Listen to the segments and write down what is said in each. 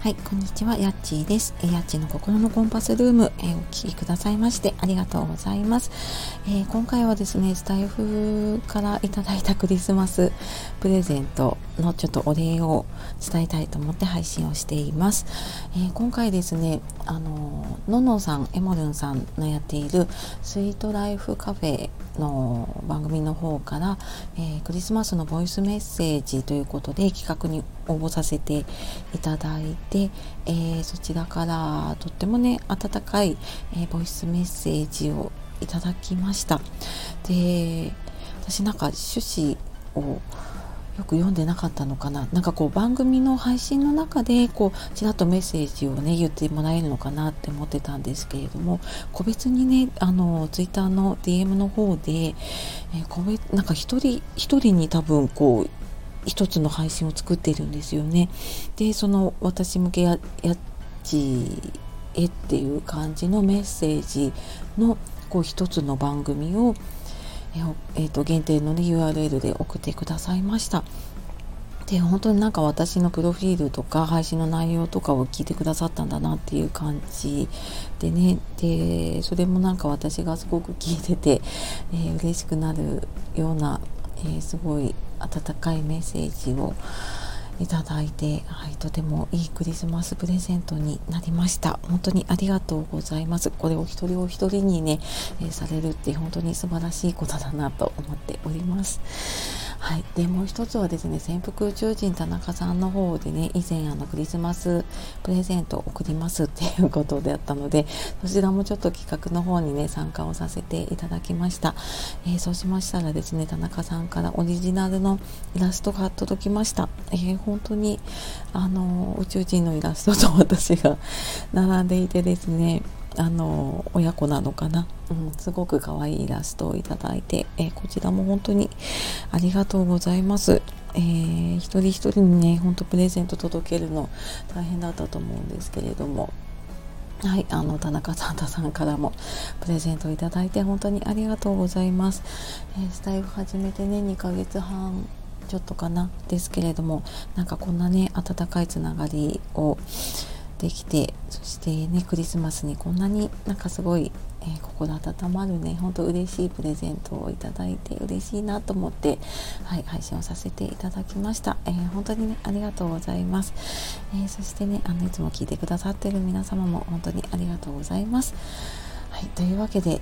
はい、こんにちは、やっちーです。やっちーの心のコンパスルーム、お聞きくださいましてありがとうございます。今回はですね、スタイフからいただいたクリスマスプレゼントのちょっとお礼を伝えたいと思って配信をしています。今回ですね、ののさん、エモルンさんのやっているスイートライフカフェの番組の方から、クリスマスのボイスメッセージということで企画に応募させていただいて、そちらからとってもね温かい、ボイスメッセージをいただきました。で、私なんか趣旨をよく読んでなかったのかな、なんかこう番組の配信の中でこうちらっとメッセージをね言ってもらえるのかなって思ってたんですけれども、個別にねツイッターの DM の方で、なんか一人に多分こう一つの配信を作っているんですよね。で、その私向けやっちへっていう感じのメッセージのこう一つの番組を限定の、ね、URL で送ってくださいました。で、本当になんか私のプロフィールとか配信の内容とかを聞いてくださったんだなっていう感じでね、でそれもなんか私がすごく聞いてて、嬉しくなるような、すごい温かいメッセージをいただいて、はい、とてもいいクリスマスプレゼントになりました。本当にありがとうございます。これを一人お一人にね、されるって本当に素晴らしいことだなと思っております。はい、でもう一つはですね、潜伏宇宙人田中さんの方でね、以前クリスマスプレゼントを送りますっていうことであったので、そちらもちょっと企画の方にね参加をさせていただきました。そうしましたらですね、田中さんからオリジナルのイラストが届きました。本当に宇宙人のイラストと私が並んでいてですね、親子なのかな、すごく可愛いイラストをいただいて、こちらも本当にありがとうございます。一人一人にね本当プレゼント届けるの大変だったと思うんですけれども、はい、田中サンタさんからもプレゼントをいただいて本当にありがとうございます。スタイフ始めてね2ヶ月半ちょっとかなですけれども、なんかこんなね温かいつながりをできて、そしてねクリスマスにこんなになんかすごい、心温まるね本当嬉しいプレゼントをいただいて嬉しいなと思って、はい、配信をさせていただきました。本当にねありがとうございます。そしてねいつも聞いてくださっている皆様も本当にありがとうございます。はい、というわけで、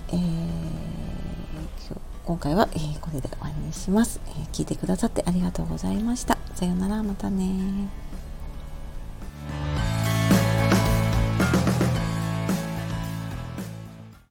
今回は、これで終わりにします。聞いてくださってありがとうございました。さようなら、またね。